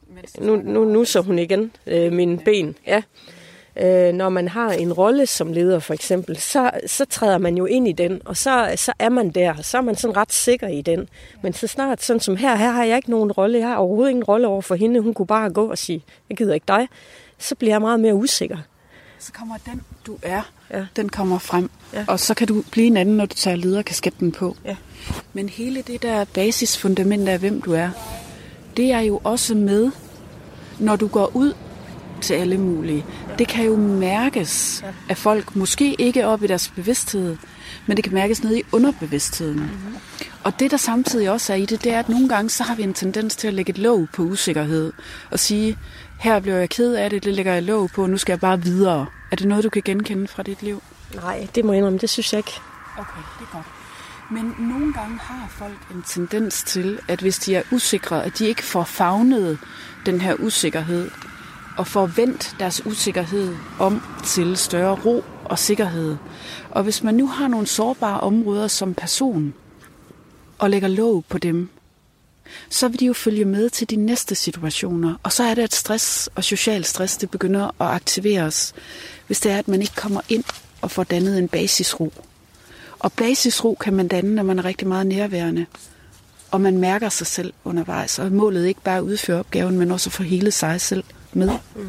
nu så hun igen mine ben. Ja. Når man har en rolle som leder for eksempel, så træder man jo ind i den, og så er man der, så er man sådan ret sikker i den. Men så snart, sådan som her har jeg ikke nogen rolle, jeg har overhovedet ingen rolle over for hende, hun kunne bare gå og sige, jeg gider ikke dig, så bliver jeg meget mere usikker. Så kommer den, du er, den kommer frem, og så kan du blive en anden, når du tager lederkasketten på. Ja. Men hele det der basisfundament af, hvem du er, det er jo også med, når du går ud til alle mulige. Det kan jo mærkes af folk, måske ikke op i deres bevidsthed, men det kan mærkes nede i underbevidstheden. Mm-hmm. Og det, der samtidig også er i det, det er, at nogle gange, så har vi en tendens til at lægge et låg på usikkerhed, og sige, her bliver jeg ked af det, det lægger jeg låg på, nu skal jeg bare videre. Er det noget, du kan genkende fra dit liv? Nej, det må jeg indrømme, det synes jeg ikke. Okay, det er godt. Men nogle gange har folk en tendens til, at hvis de er usikre, at de ikke får favnet den her usikkerhed, og får vendt deres usikkerhed om til større ro og sikkerhed. Og hvis man nu har nogle sårbare områder som person, og lægger låg på dem, så vil de jo følge med til de næste situationer. Og så er det, at stress og social stress, det begynder at aktiveres, hvis det er, at man ikke kommer ind og får dannet en basisro. Og basisro kan man danne, når man er rigtig meget nærværende. Og man mærker sig selv undervejs. Og målet er ikke bare at udføre opgaven, men også at få hele sig selv med. Mm.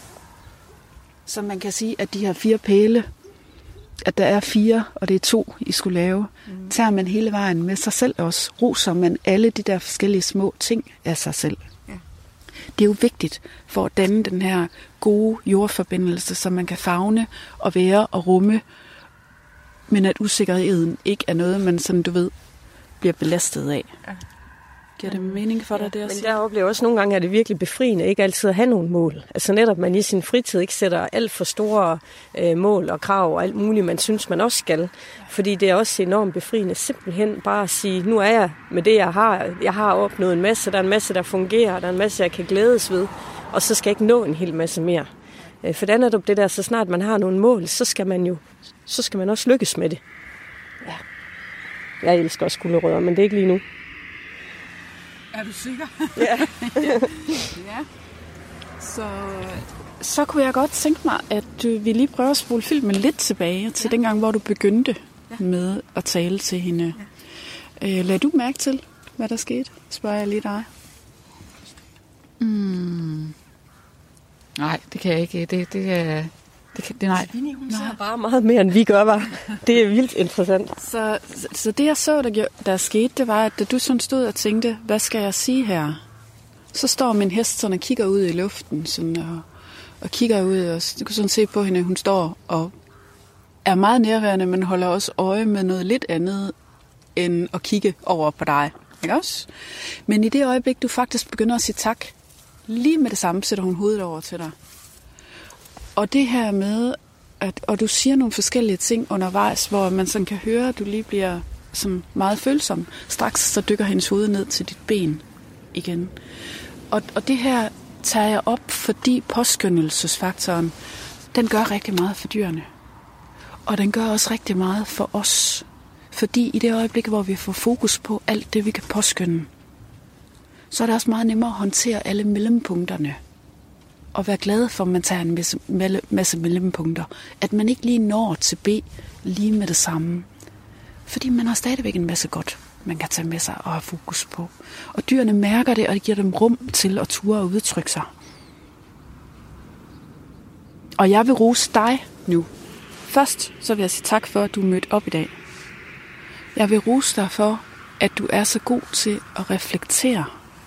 Så man kan sige, at de her 4 pæle, at der er 4, og det er 2, I skulle lave, tager man hele vejen med sig selv også. Roser man alle de der forskellige små ting af sig selv. Ja. Det er jo vigtigt for at danne den her gode jordforbindelse, så man kan favne og være og rumme, men at usikkerheden ikke er noget, man sådan, du ved, bliver belastet af. Ja. Giver det mening for dig, det at Men sige? der oplever også nogle gange, at det virkelig befriende ikke altid at have nogle mål. Altså netop, man i sin fritid ikke sætter alt for store mål og krav og alt muligt, man synes, man også skal. Fordi det er også enormt befriende simpelthen bare at sige, nu er jeg med det, jeg har. Jeg har opnået en masse, der er en masse, der fungerer, der er en masse, jeg kan glædes ved, og så skal jeg ikke nå en hel masse mere. For det er netop det der, så snart man har nogle mål, så skal man også lykkes med det. Ja. Jeg elsker også gulerødder, men det er ikke lige nu. Er du sikker? Ja. Ja. Så kunne jeg godt tænke mig, at vi lige prøver at spole filmen lidt tilbage til dengang, hvor du begyndte med at tale til hende. Ja. Lad du mærke til, hvad der skete? Spørger jeg lige dig. Nej, det kan jeg ikke. Det nej. Hun ser bare meget mere, end vi gør, var. Det er vildt interessant. Så det, jeg så, der skete, det var, at da du sådan stod og tænkte, hvad skal jeg sige her? Så står min hest sådan og kigger ud i luften, sådan, og kigger ud, og du kan sådan se på hende, hun står og er meget nærværende, men holder også øje med noget lidt andet, end at kigge over på dig. Ikke også? Men i det øjeblik, du faktisk begynder at sige tak, lige med det samme sætter hun hovedet over til dig. Og det her med, og du siger nogle forskellige ting undervejs, hvor man sådan kan høre, at du lige bliver sådan meget følsom. Straks så dykker hendes hoved ned til dit ben igen. Og det her tager jeg op, fordi påskyndelsesfaktoren, den gør rigtig meget for dyrene. Og den gør også rigtig meget for os. Fordi i det øjeblik, hvor vi får fokus på alt det, vi kan påskynde, så er det også meget nemmere at håndtere alle mellempunkterne. Og være glad for, at man tager en masse mellempunkter. At man ikke lige når til B lige med det samme. Fordi man har stadigvæk en masse godt, man kan tage med sig og have fokus på. Og dyrene mærker det, og det giver dem rum til at ture og udtrykke sig. Og jeg vil rose dig nu. Først så vil jeg sige tak for, at du mødte op i dag. Jeg vil rose dig for, at du er så god til at reflektere.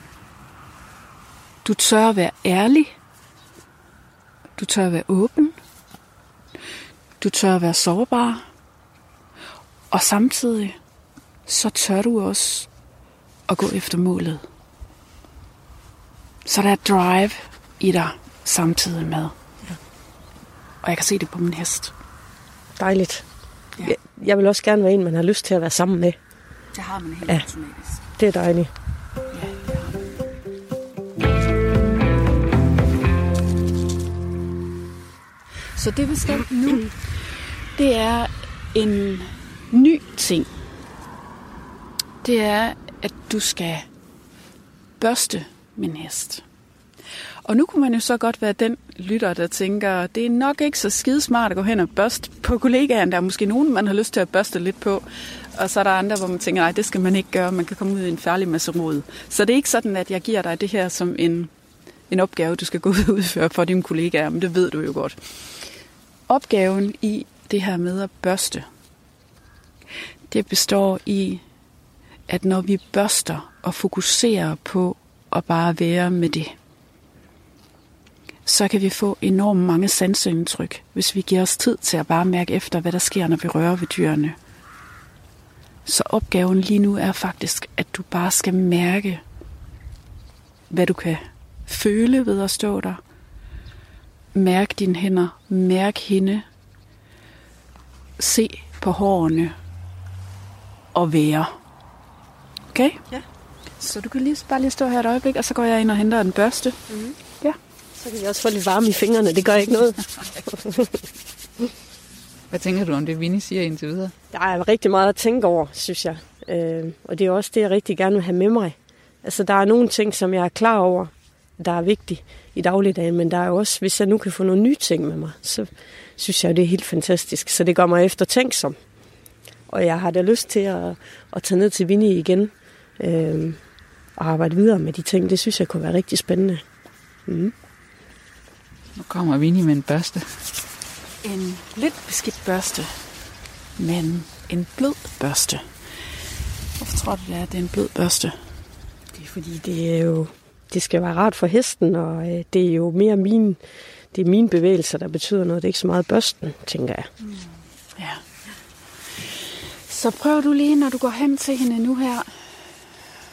Du tør at være ærlig. Du tør at være åben. Du tør at være sårbar. Og samtidig, så tør du også at gå efter målet. Så der er drive i dig samtidig med. Og jeg kan se det på min hest. Dejligt. Ja. Jeg vil også gerne være en, man har lyst til at være sammen med. Det har man helt automatisk. Det er dejligt. Ja, det har man. Så det vi skal nu, det er en ny ting. Det er, at du skal børste min hest. Og nu kunne man jo så godt være den lytter, der tænker, det er nok ikke så skidesmart at gå hen og børste på kollegaen. Der er måske nogen, man har lyst til at børste lidt på. Og så er der andre, hvor man tænker, nej, det skal man ikke gøre. Man kan komme ud i en færdig masse rod. Så det er ikke sådan, at jeg giver dig det her som en opgave, du skal gå ud og udføre for dine kollegaer. Men det ved du jo godt. Opgaven i det her med at børste, det består i, at når vi børster og fokuserer på at bare være med det, så kan vi få enormt mange sanseindtryk, hvis vi giver os tid til at bare mærke efter, hvad der sker, når vi rører ved dyrene. Så opgaven lige nu er faktisk, at du bare skal mærke, hvad du kan føle ved at stå der. Mærk dine hænder, mærk hende, se på hårene og være. Okay? Ja. Så du kan bare lige stå her et øjeblik, og så går jeg ind og henter en børste. Mm-hmm. Ja. Så kan jeg også få lidt varme i fingrene, det gør ikke noget. Hvad tænker du om det, Winnie siger indtil videre? Der er rigtig meget at tænke over, synes jeg. Og det er også det, jeg rigtig gerne vil have med mig. Altså, der er nogle ting, som jeg er klar over, der er vigtige i dagligdagen, men der er også, hvis jeg nu kan få nogle nye ting med mig, så synes jeg, det er helt fantastisk. Så det gør mig eftertænksom. Og jeg har da lyst til at tage ned til Winnie igen og arbejde videre med de ting. Det synes jeg kunne være rigtig spændende. Mm. Nu kommer Winnie med en børste. En lidt beskidt børste, men en blød børste. Hvorfor tror du, det er en blød børste? Det er fordi, det skal være rart for hesten, og det er jo mere mine bevægelser, der betyder noget. Det er ikke så meget børsten, tænker jeg. Mm. Ja. Så prøv du lige, når du går hen til hende nu her,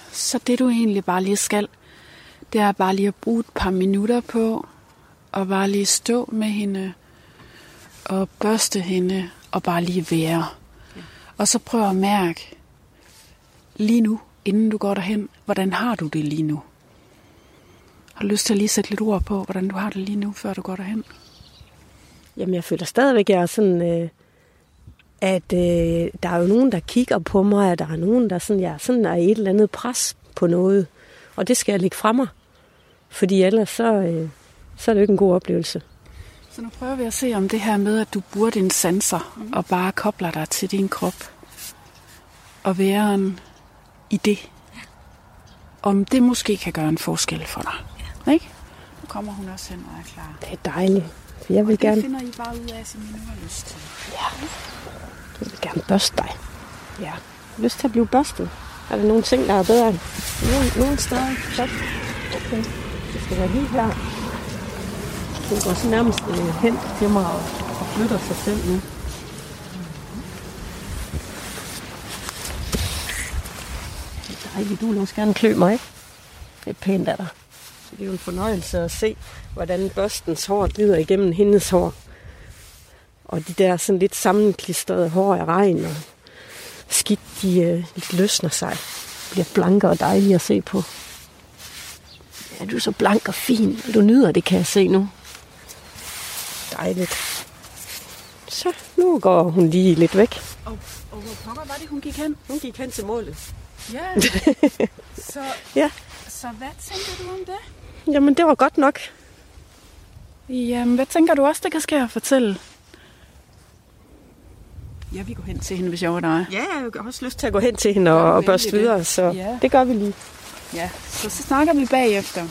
Så det du egentlig bare lige skal, det er bare lige at bruge et par minutter på, og bare lige stå med hende, og børste hende, og bare lige være. Ja. Og så prøv at mærke, lige nu, inden du går derhen, hvordan har du det lige nu? Har du lyst til at lige sætte lidt ord på, hvordan du har det lige nu, før du går derhen? Jamen, jeg føler stadigvæk, at jeg er sådan, at der er jo nogen, der kigger på mig, og der er nogen, der sådan, sådan er i et eller andet pres på noget. Og det skal jeg lægge fra mig. Fordi ellers så er det jo ikke en god oplevelse. Så nu prøver vi at se om det her med, at du bruger dine sanser og bare kobler dig til din krop. Og væren i det. Om det måske kan gøre en forskel for dig. Ja. Ikke? Nu kommer hun også hen og er klar. Det er dejligt. Jeg vil gerne... Det finder I bare ud af, som I nu har lyst til. Ja. Jeg vil gerne børste dig. Ja. Jeg har lyst til at blive børstet. Er der nogle ting, der er bedre? Nogle steder. Okay. Det skal være lige her. Det går så nærmest hen til mig og flytter sig selv nu. Det er dejligt. Du vil også gerne klø mig, ikke? Det er pænt af dig. Så det er jo en fornøjelse at se, hvordan børstens hår glider igennem hendes hår. Og de der sådan lidt sammenklistrede hår af regn og skidt, de løsner sig. Bliver blanke og dejlige at se på. Ja, du er så blank og fin, og du nyder det, kan jeg se nu. Dejligt. Så, nu går hun lige lidt væk. Og hvor pokker var det, hun gik hen? Hun gik hen til målet. Ja. Ja. Så hvad tænker du om det? Jamen, det var godt nok. Jamen, hvad tænker du også, det kan ske at fortælle? Ja, vi går hen til hende, hvis jeg var dig. Ja, jeg har også lyst til at gå hen til hende og børste videre, så det gør vi lige. Ja, så snakker vi bagefter.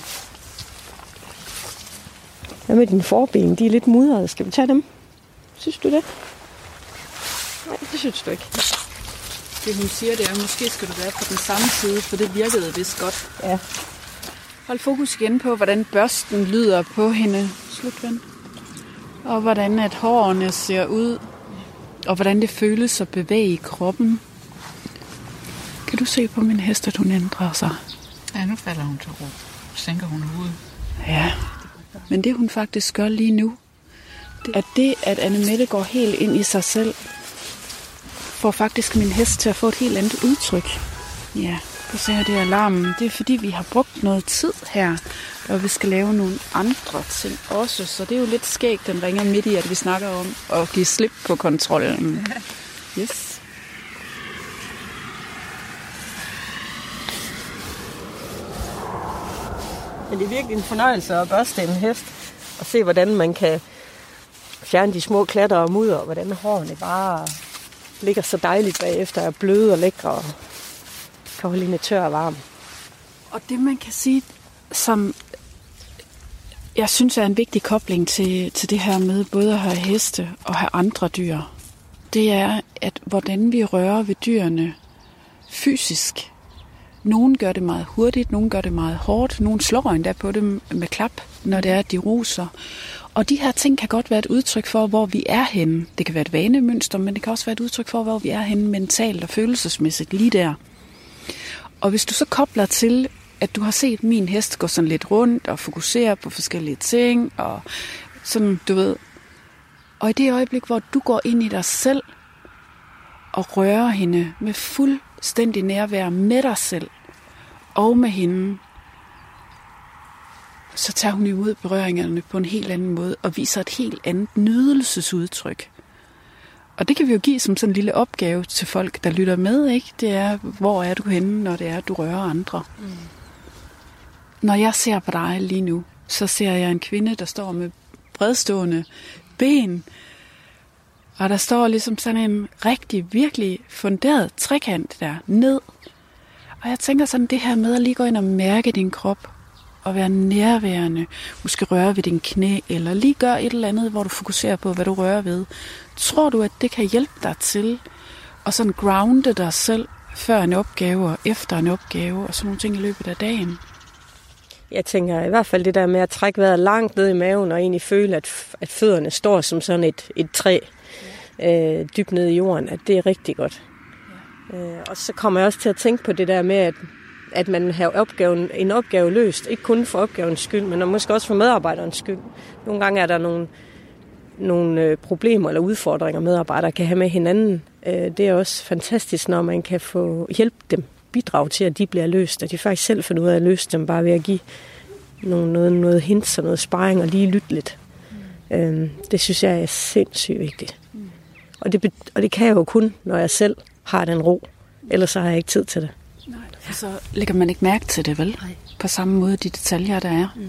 Hvad med dine forben? De er lidt mudrede. Skal vi tage dem? Synes du det? Nej, det synes du ikke. Det hun siger, det er, at måske skal du være på den samme side, for det virkede vist godt. Ja. Hold fokus igen på, hvordan børsten lyder på hende. Slutven. Og hvordan at hårene ser ud. Og hvordan det føles at bevæge i kroppen. Kan du se på min hest, at hun ændrer sig? Ja, nu falder hun til ro. Sænker hun hovedet. Ja, men det hun faktisk gør lige nu, det at Anne-Mette går helt ind i sig selv, får faktisk min hest til at få et helt andet udtryk. Ja, så her det er alarmen. Det er fordi, vi har brugt noget tid her, og vi skal lave nogle andre ting også. Så det er jo lidt skægt, den ringer midt i, at vi snakker om at give slip på kontrollen. Yes. Men det er virkelig en fornøjelse at børste en hest, og se, hvordan man kan fjerne de små klatter og mudder, og hvordan hårene bare ligger så dejligt bagefter, er bløde og lækre, og kan holde hende tør og varm. Og det, man kan sige, som jeg synes er en vigtig kobling til det her med både at have heste og have andre dyr, det er, at hvordan vi rører ved dyrene fysisk. Nogle gør det meget hurtigt, nogle gør det meget hårdt, nogle slår endda på dem med klap, når det er, at de ruser. Og de her ting kan godt være et udtryk for, hvor vi er henne. Det kan være et vanemønster, men det kan også være et udtryk for, hvor vi er henne mentalt og følelsesmæssigt lige der. Og hvis du så kobler til, at du har set min hest gå sådan lidt rundt og fokusere på forskellige ting, og sådan, du ved. Og i det øjeblik, hvor du går ind i dig selv og rører hende med fuldstændig nærvær med dig selv og med hende, så tager hun imod berøringerne på en helt anden måde og viser et helt andet nydelsesudtryk. Og det kan vi jo give som sådan en lille opgave til folk, der lytter med, ikke? Det er, hvor er du henne, når det er, at du rører andre. Mm. Når jeg ser på dig lige nu, så ser jeg en kvinde, der står med bredstående ben, og der står ligesom sådan en rigtig, virkelig funderet trekant der ned. Og jeg tænker sådan, det her med at lige gå ind og mærke din krop, og være nærværende, måske røre ved din knæ, eller lige gøre et eller andet, hvor du fokuserer på, hvad du rører ved. Tror du, at det kan hjælpe dig til at sådan grounde dig selv før en opgave og efter en opgave, og sådan nogle ting i løbet af dagen? Jeg tænker i hvert fald det der med at trække vejret langt ned i maven, og egentlig føle, at fødderne står som sådan et træ dybt ned i jorden, at det er rigtig godt. Ja. Og så kommer jeg også til at tænke på det der med, at man har en opgave løst. Ikke kun for opgavens skyld, men måske også for medarbejderens skyld. Nogle gange er der nogle problemer eller udfordringer, medarbejdere kan have med hinanden. Det er også fantastisk, når man kan få hjælpe dem, bidrage til, at de bliver løst. At de faktisk selv finder ud af at løse dem, bare ved at give noget hints og noget sparring og lige lytte lidt. Det synes jeg er sindssygt vigtigt. Og det kan jeg jo kun, når jeg selv har den ro. Ellers så har jeg ikke tid til det. Nej, så lægger man ikke mærke til det, vel? Nej. På samme måde, de detaljer, der er.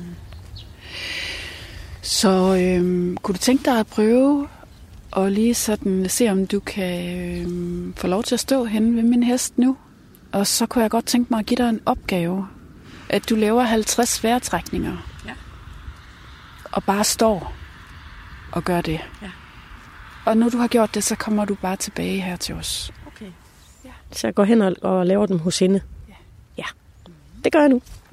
Så kunne du tænke dig at prøve og lige sådan se, om du kan få lov til at stå henne ved min hest nu? Og så kunne jeg godt tænke mig at give dig en opgave, at du laver 50 vejrtrækninger. Ja. Og bare står og gør det. Ja. Og når du har gjort det, så kommer du bare tilbage her til os. Okay. Ja. Så jeg går hen og laver dem hos hende. Ja. Ja. Det gør jeg nu. Ja.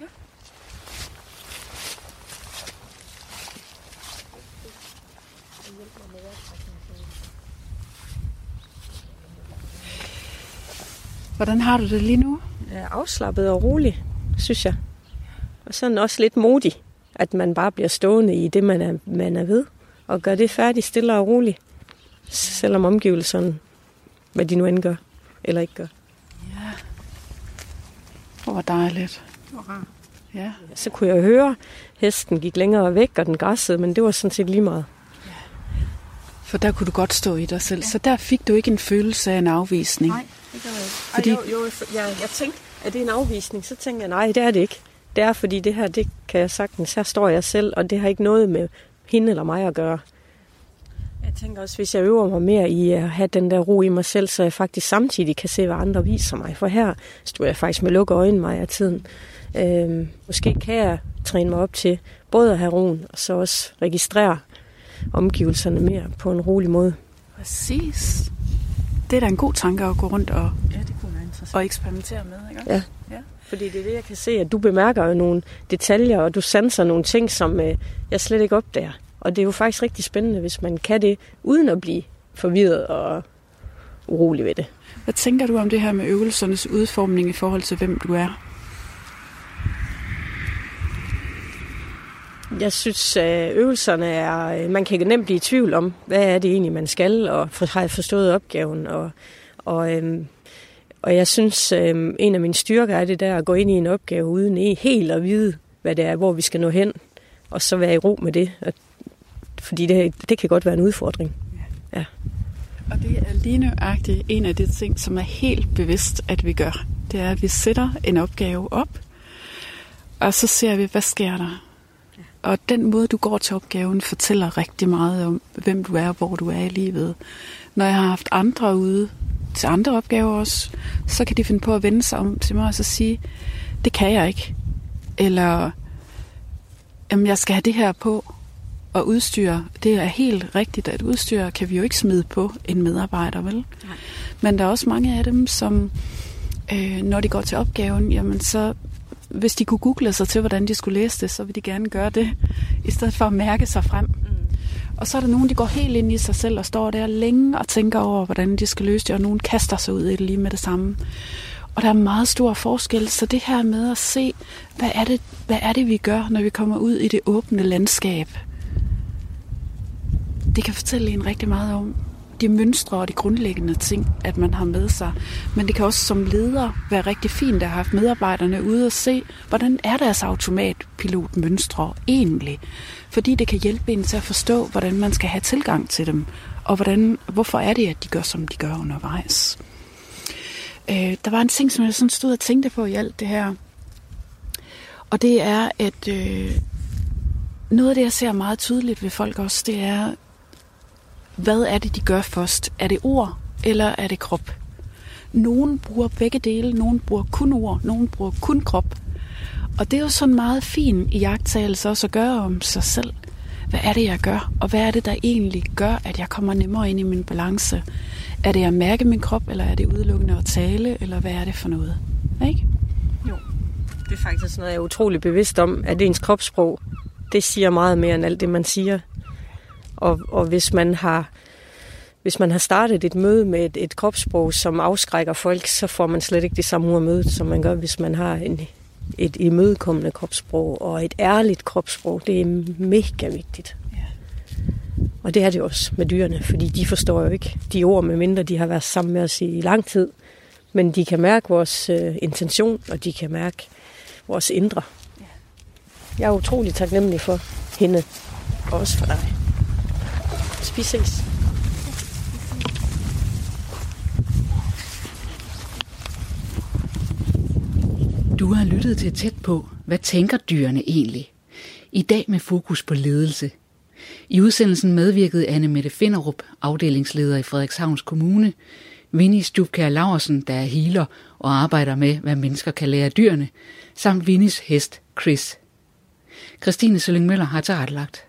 Hvordan har du det lige nu? Jeg er afslappet og rolig, synes jeg. Og sådan også lidt modig, at man bare bliver stående i det, man er ved. Og gør det færdigt, stille og roligt. Selvom omgivelserne, hvad de nu end gør, eller ikke gør. Ja. Hvor dejligt. Ja. Så kunne jeg høre, hesten gik længere væk, og den græssede, men det var sådan set lige meget. Ja. For der kunne du godt stå i dig selv. Ja. Så der fik du ikke en følelse af en afvisning. Nej, det gør jeg ikke. Fordi... Jeg tænkte, at det er en afvisning. Så tænkte jeg, nej, det er det ikke. Det er, fordi det her, det kan jeg sagtens. Her står jeg selv, og det har ikke noget med hende eller mig at gøre. Jeg tænker også, hvis jeg øver mig mere i at have den der ro i mig selv, så jeg faktisk samtidig kan se, hvad andre viser mig. For her stod jeg faktisk med lukkede øjne mig af tiden. Måske kan jeg træne mig op til både at have roen, og så også registrere omgivelserne mere på en rolig måde. Præcis. Det er da en god tanke at gå rundt og, og eksperimentere med, ikke? Ja. Ja. Fordi det er det, jeg kan se, at du bemærker jo nogle detaljer, og du sanser nogle ting, som jeg slet ikke opdager. Og det er jo faktisk rigtig spændende, hvis man kan det, uden at blive forvirret og urolig ved det. Hvad tænker du om det her med øvelsernes udformning i forhold til, hvem du er? Jeg synes, øvelserne er... Man kan nemt blive i tvivl om, hvad er det egentlig, man skal, og har jeg forstået opgaven. Og jeg synes, en af mine styrker er det der at gå ind i en opgave uden helt at vide, hvad det er, hvor vi skal nå hen, og så være i ro med det. Fordi det kan godt være en udfordring. Ja. Og det er lige nøjagtigt en af de ting, som er helt bevidst, at vi gør. Det er, at vi sætter en opgave op, og så ser vi, hvad sker der. Og den måde, du går til opgaven, fortæller rigtig meget om, hvem du er og hvor du er i livet. Når jeg har haft andre ude til andre opgaver også, så kan de finde på at vende sig om til mig og så sige, det kan jeg ikke. Eller, jamen, jeg skal have det her på. Og udstyr, det er helt rigtigt, at udstyr kan vi jo ikke smide på en medarbejder, vel? Nej. Men der er også mange af dem, som når de går til opgaven, jamen så, hvis de kunne google sig til, hvordan de skulle læse det, så vil de gerne gøre det, i stedet for at mærke sig frem. Og så er der nogen, der går helt ind i sig selv og står der længe og tænker over, hvordan de skal løse det, og nogen kaster sig ud i det lige med det samme. Og der er meget stor forskel, så det her med at se, hvad er det, vi gør, når vi kommer ud i det åbne landskab, det kan fortælle en rigtig meget om de mønstre og de grundlæggende ting, at man har med sig. Men det kan også som leder være rigtig fint at have haft medarbejderne ude og se, hvordan er deres automatpilotmønstre egentlig. Fordi det kan hjælpe en til at forstå, hvordan man skal have tilgang til dem, og hvorfor er det, at de gør, som de gør undervejs. Der var en ting, som jeg sådan stod og tænkte på i alt det her. Og det er, at noget af det, jeg ser meget tydeligt ved folk også, det er, hvad er det, de gør først? Er det ord, eller er det krop? Nogen bruger begge dele, nogen bruger kun ord, nogen bruger kun krop. Og det er jo sådan meget fin iagttagelse også at gøre om sig selv. Hvad er det, jeg gør? Og hvad er det, der egentlig gør, at jeg kommer nemmere ind i min balance? Er det at mærke min krop, eller er det udelukkende at tale, eller hvad er det for noget? Ikke? Jo, det er faktisk sådan noget, jeg er utrolig bevidst om, at ens kropssprog, det siger meget mere end alt det, man siger. Og hvis hvis man har startet et møde med et kropssprog, som afskrækker folk, så får man slet ikke det samme ud af mødet, som man gør, hvis man har et imødekommende kropssprog og et ærligt kropssprog. Det er mega vigtigt. Og det er det også med dyrene, fordi de forstår jo ikke de ord, medmindre de har været sammen med os i lang tid. Men de kan mærke vores intention, og de kan mærke vores indre. Jeg er utrolig taknemmelig for hende, og også for dig. Vi ses. Du har lyttet til Tæt på. Hvad tænker dyrene egentlig? I dag med fokus på ledelse. I udsendelsen medvirkede Anne-Mette Finderup, afdelingsleder i Frederikshavns Kommune, Winnie Stubkjær Laursen, der er healer og arbejder med, hvad mennesker kan lære af dyrene, samt Winnies hest Chris. Christine Sølling Møller har tilrettelagt.